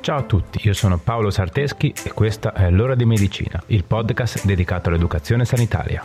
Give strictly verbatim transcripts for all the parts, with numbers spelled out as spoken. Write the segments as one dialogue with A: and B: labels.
A: Ciao a tutti, io sono Paolo Sarteschi e questa è L'Ora di Medicina, il podcast dedicato all'educazione sanitaria.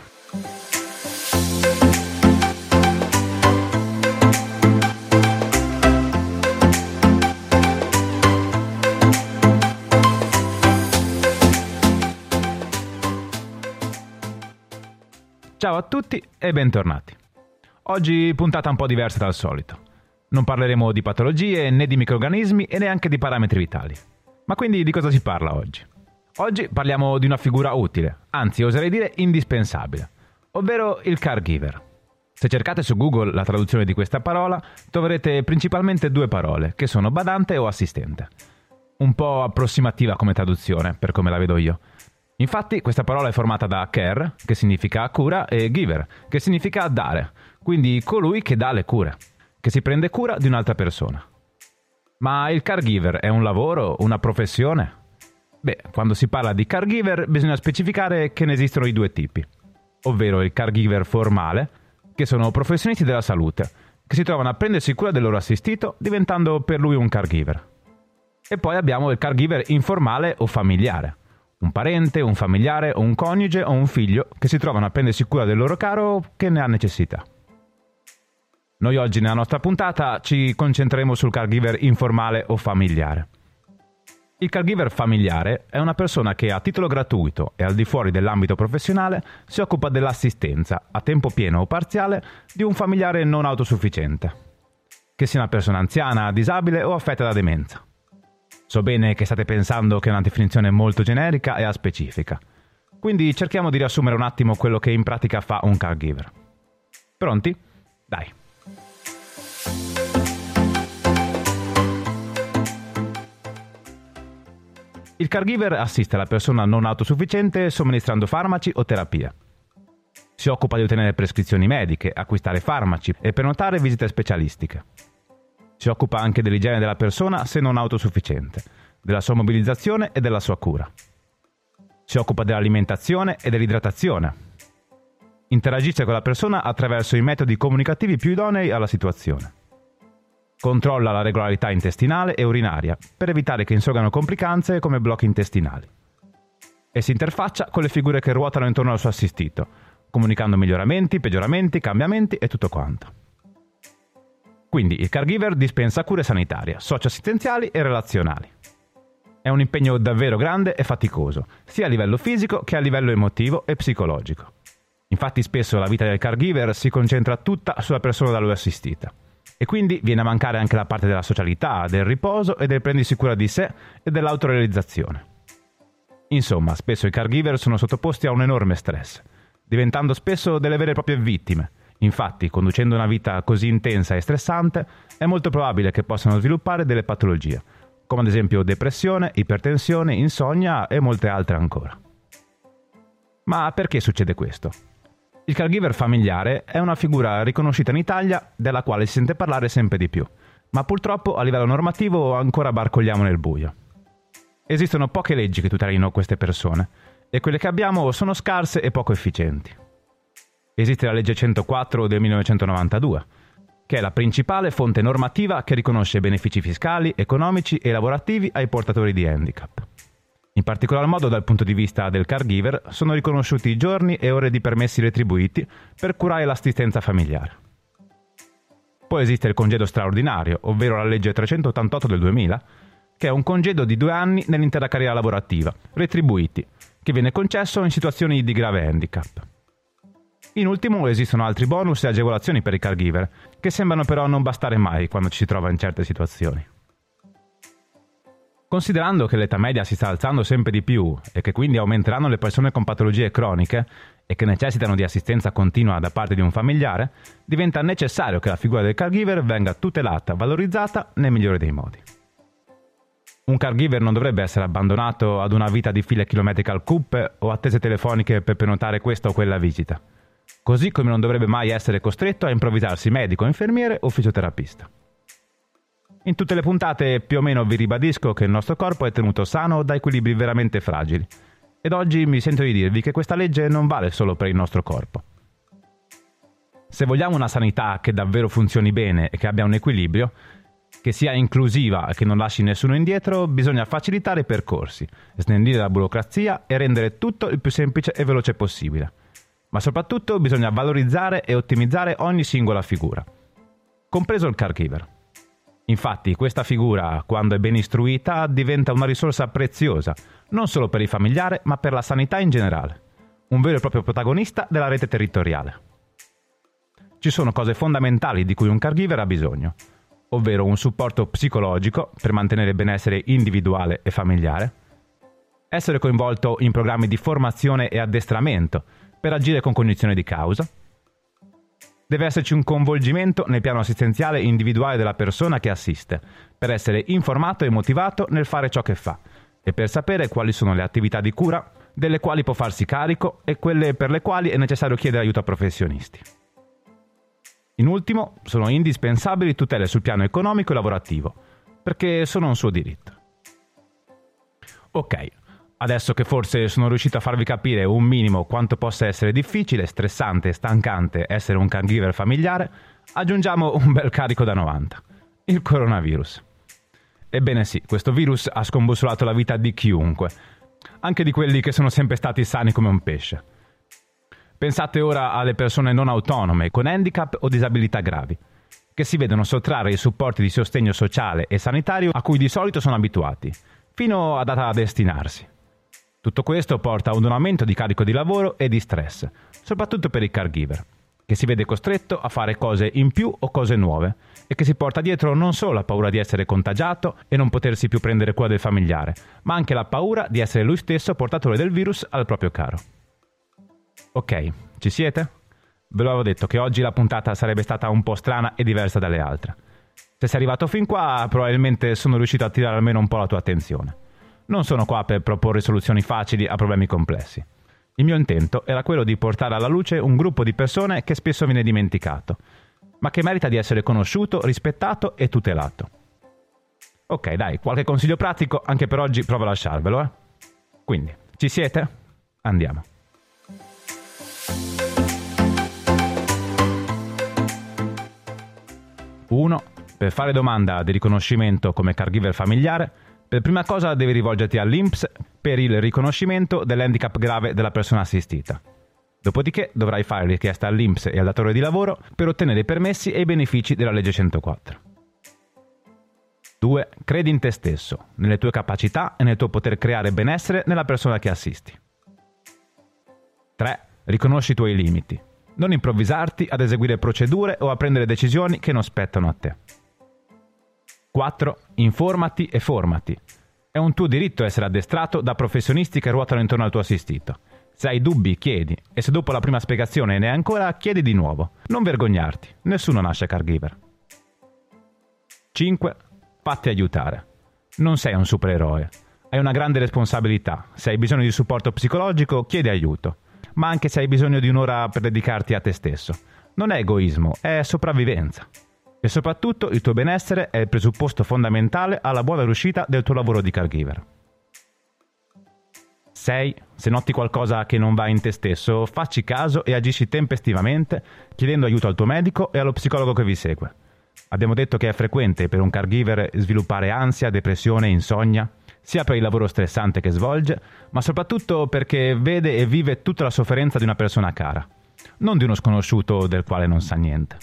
A: Ciao a tutti e bentornati. Oggi puntata un po' diversa dal solito. Non parleremo di patologie, né di microrganismi e neanche di parametri vitali. Ma quindi di cosa si parla oggi? Oggi parliamo di una figura utile, anzi oserei dire indispensabile, ovvero il caregiver. Se cercate su Google la traduzione di questa parola, troverete principalmente due parole, che sono badante o assistente. Un po' approssimativa come traduzione, per come la vedo io. Infatti questa parola è formata da care, che significa cura, e giver, che significa dare, quindi colui che dà le cure, che si prende cura di un'altra persona. Ma il caregiver è un lavoro, una professione? Beh, quando si parla di caregiver bisogna specificare che ne esistono i due tipi, ovvero il caregiver formale, che sono professionisti della salute, che si trovano a prendersi cura del loro assistito diventando per lui un caregiver. E poi abbiamo il caregiver informale o familiare, un parente, un familiare o un coniuge o un figlio che si trovano a prendersi cura del loro caro che ne ha necessità. Noi oggi nella nostra puntata ci concentreremo sul caregiver informale o familiare. Il caregiver familiare è una persona che a titolo gratuito e al di fuori dell'ambito professionale si occupa dell'assistenza a tempo pieno o parziale di un familiare non autosufficiente, che sia una persona anziana, disabile o affetta da demenza. So bene che state pensando che è una definizione molto generica e aspecifica, quindi cerchiamo di riassumere un attimo quello che in pratica fa un caregiver. Pronti? Dai! Il caregiver assiste la persona non autosufficiente somministrando farmaci o terapie. Si occupa di ottenere prescrizioni mediche, acquistare farmaci e prenotare visite specialistiche. Si occupa anche dell'igiene della persona se non autosufficiente, della sua mobilizzazione e della sua cura. Si occupa dell'alimentazione e dell'idratazione. Interagisce con la persona attraverso i metodi comunicativi più idonei alla situazione. Controlla la regolarità intestinale e urinaria per evitare che insorgano complicanze come blocchi intestinali. E si interfaccia con le figure che ruotano intorno al suo assistito, comunicando miglioramenti, peggioramenti, cambiamenti e tutto quanto. Quindi il caregiver dispensa cure sanitarie, socio-assistenziali e relazionali. È un impegno davvero grande e faticoso, sia a livello fisico che a livello emotivo e psicologico. Infatti spesso la vita del caregiver si concentra tutta sulla persona da lui assistita. E quindi viene a mancare anche la parte della socialità, del riposo e del prendersi cura di sé e dell'autorealizzazione. Insomma, spesso i caregiver sono sottoposti a un enorme stress, diventando spesso delle vere e proprie vittime. Infatti, conducendo una vita così intensa e stressante, è molto probabile che possano sviluppare delle patologie, come ad esempio depressione, ipertensione, insonnia e molte altre ancora. Ma perché succede questo? Il caregiver familiare è una figura riconosciuta in Italia della quale si sente parlare sempre di più, ma purtroppo a livello normativo ancora barcogliamo nel buio. Esistono poche leggi che tutelino queste persone e quelle che abbiamo sono scarse e poco efficienti. Esiste la legge centoquattro del millenovecentonovantadue, che è la principale fonte normativa che riconosce benefici fiscali, economici e lavorativi ai portatori di handicap. In particolar modo dal punto di vista del caregiver sono riconosciuti giorni e ore di permessi retribuiti per curare l'assistenza familiare. Poi esiste il congedo straordinario, ovvero la legge trecentottantotto del duemila, che è un congedo di due anni nell'intera carriera lavorativa, retribuiti, che viene concesso in situazioni di grave handicap. In ultimo esistono altri bonus e agevolazioni per i caregiver, che sembrano però non bastare mai quando ci si trova in certe situazioni. Considerando che l'età media si sta alzando sempre di più e che quindi aumenteranno le persone con patologie croniche e che necessitano di assistenza continua da parte di un familiare, diventa necessario che la figura del caregiver venga tutelata, valorizzata nel migliore dei modi. Un caregiver non dovrebbe essere abbandonato ad una vita di file chilometriche al C U P o attese telefoniche per prenotare questa o quella visita, così come non dovrebbe mai essere costretto a improvvisarsi medico, infermiere o fisioterapista. In tutte le puntate più o meno vi ribadisco che il nostro corpo è tenuto sano da equilibri veramente fragili ed oggi mi sento di dirvi che questa legge non vale solo per il nostro corpo. Se vogliamo una sanità che davvero funzioni bene e che abbia un equilibrio, che sia inclusiva e che non lasci nessuno indietro, bisogna facilitare i percorsi, snellire la burocrazia e rendere tutto il più semplice e veloce possibile. Ma soprattutto bisogna valorizzare e ottimizzare ogni singola figura, compreso il caregiver. Infatti questa figura, quando è ben istruita, diventa una risorsa preziosa, non solo per il familiare, ma per la sanità in generale. Un vero e proprio protagonista della rete territoriale. Ci sono cose fondamentali di cui un caregiver ha bisogno, ovvero un supporto psicologico per mantenere il benessere individuale e familiare, essere coinvolto in programmi di formazione e addestramento per agire con cognizione di causa. Deve esserci un coinvolgimento nel piano assistenziale individuale della persona che assiste, per essere informato e motivato nel fare ciò che fa e per sapere quali sono le attività di cura delle quali può farsi carico e quelle per le quali è necessario chiedere aiuto a professionisti. In ultimo, sono indispensabili tutele sul piano economico e lavorativo, perché sono un suo diritto. Ok, adesso che forse sono riuscito a farvi capire un minimo quanto possa essere difficile, stressante e stancante essere un caregiver familiare, aggiungiamo un bel carico da novanta, il coronavirus. Ebbene sì, questo virus ha scombussolato la vita di chiunque, anche di quelli che sono sempre stati sani come un pesce. Pensate ora alle persone non autonome, con handicap o disabilità gravi, che si vedono sottrarre i supporti di sostegno sociale e sanitario a cui di solito sono abituati, fino a data da destinarsi. Tutto questo porta a un aumento di carico di lavoro e di stress, soprattutto per il caregiver, che si vede costretto a fare cose in più o cose nuove e che si porta dietro non solo la paura di essere contagiato e non potersi più prendere cura del familiare, ma anche la paura di essere lui stesso portatore del virus al proprio caro. Ok, ci siete? Ve l'avevo detto che oggi la puntata sarebbe stata un po' strana e diversa dalle altre. Se sei arrivato fin qua, probabilmente sono riuscito a attirare almeno un po' la tua attenzione. Non sono qua per proporre soluzioni facili a problemi complessi. Il mio intento era quello di portare alla luce un gruppo di persone che spesso viene dimenticato, ma che merita di essere conosciuto, rispettato e tutelato. Ok, dai, qualche consiglio pratico anche per oggi provo a lasciarvelo, eh? Quindi, ci siete? Andiamo. uno. Per fare domanda di riconoscimento come caregiver familiare, per prima cosa devi rivolgerti all'I N P S per il riconoscimento dell'handicap grave della persona assistita. Dopodiché dovrai fare richiesta all'I N P S e al datore di lavoro per ottenere i permessi e i benefici della legge centoquattro. due. Credi in te stesso, nelle tue capacità e nel tuo poter creare benessere nella persona che assisti. tre. Riconosci i tuoi limiti. Non improvvisarti ad eseguire procedure o a prendere decisioni che non spettano a te. quattro. Informati e formati. È un tuo diritto essere addestrato da professionisti che ruotano intorno al tuo assistito. Se hai dubbi, chiedi, e se dopo la prima spiegazione ne hai ancora, chiedi di nuovo. Non vergognarti, nessuno nasce caregiver. cinque. Fatti aiutare. Non sei un supereroe. Hai una grande responsabilità. Se hai bisogno di supporto psicologico, chiedi aiuto. Ma anche se hai bisogno di un'ora per dedicarti a te stesso. Non è egoismo, è sopravvivenza. E soprattutto il tuo benessere è il presupposto fondamentale alla buona riuscita del tuo lavoro di caregiver. sei. Se noti qualcosa che non va in te stesso, facci caso e agisci tempestivamente chiedendo aiuto al tuo medico e allo psicologo che vi segue. Abbiamo detto che è frequente per un caregiver sviluppare ansia, depressione e insonnia, sia per il lavoro stressante che svolge, ma soprattutto perché vede e vive tutta la sofferenza di una persona cara, non di uno sconosciuto del quale non sa niente.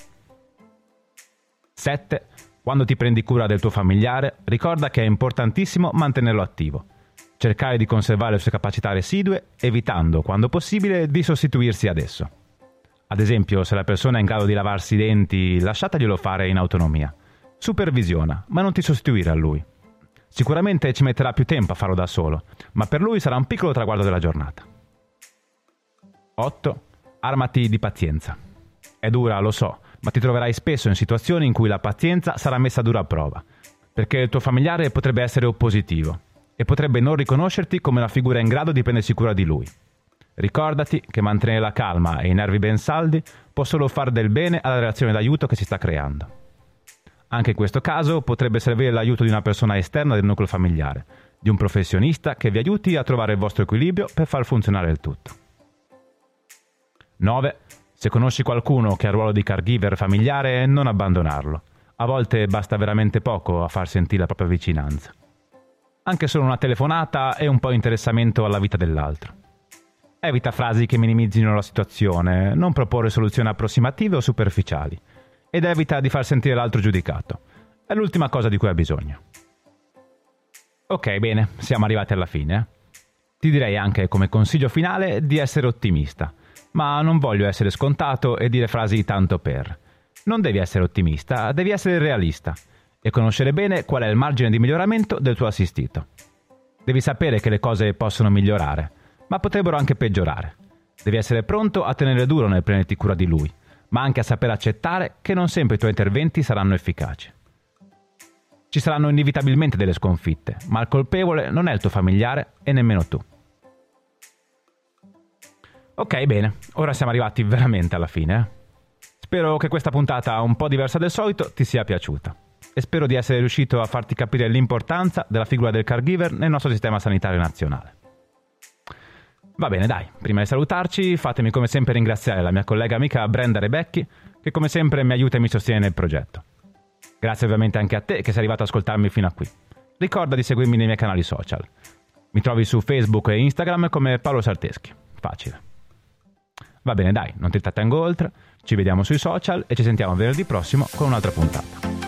A: sette. Quando ti prendi cura del tuo familiare, ricorda che è importantissimo mantenerlo attivo, cercare di conservare le sue capacità residue, evitando, quando possibile, di sostituirsi ad esso. Ad esempio, se la persona è in grado di lavarsi i denti, lasciateglielo fare in autonomia. Supervisiona, ma non ti sostituire a lui. Sicuramente ci metterà più tempo a farlo da solo, ma per lui sarà un piccolo traguardo della giornata. otto. Armati di pazienza. È dura, lo so, ma ti troverai spesso in situazioni in cui la pazienza sarà messa a dura prova, perché il tuo familiare potrebbe essere oppositivo e potrebbe non riconoscerti come una figura in grado di prendersi cura di lui. Ricordati che mantenere la calma e i nervi ben saldi può solo far del bene alla relazione d'aiuto che si sta creando. Anche in questo caso potrebbe servire l'aiuto di una persona esterna del nucleo familiare, di un professionista che vi aiuti a trovare il vostro equilibrio per far funzionare il tutto. nove. Se conosci qualcuno che ha il ruolo di caregiver familiare, non abbandonarlo. A volte basta veramente poco a far sentire la propria vicinanza. Anche solo una telefonata e un po' di interessamento alla vita dell'altro. Evita frasi che minimizzino la situazione, non proporre soluzioni approssimative o superficiali. Ed evita di far sentire l'altro giudicato. È l'ultima cosa di cui ha bisogno. Ok, bene, siamo arrivati alla fine. Eh? Ti direi anche come consiglio finale di essere ottimista, ma non voglio essere scontato e dire frasi tanto per. Non devi essere ottimista, devi essere realista e conoscere bene qual è il margine di miglioramento del tuo assistito. Devi sapere che le cose possono migliorare, ma potrebbero anche peggiorare. Devi essere pronto a tenere duro nel prenderti cura di lui, ma anche a saper accettare che non sempre i tuoi interventi saranno efficaci. Ci saranno inevitabilmente delle sconfitte, ma il colpevole non è il tuo familiare e nemmeno tu. Ok, bene, ora siamo arrivati veramente alla fine. Eh? Spero che questa puntata, un po' diversa del solito, ti sia piaciuta. E spero di essere riuscito a farti capire l'importanza della figura del caregiver nel nostro sistema sanitario nazionale. Va bene, dai, prima di salutarci, fatemi come sempre ringraziare la mia collega amica Brenda Rebecchi, che come sempre mi aiuta e mi sostiene nel progetto. Grazie ovviamente anche a te che sei arrivato ad ascoltarmi fino a qui. Ricorda di seguirmi nei miei canali social. Mi trovi su Facebook e Instagram come Paolo Sarteschi. Facile. Va bene, dai, non ti trattengo oltre. Ci vediamo sui social e ci sentiamo venerdì prossimo con un'altra puntata.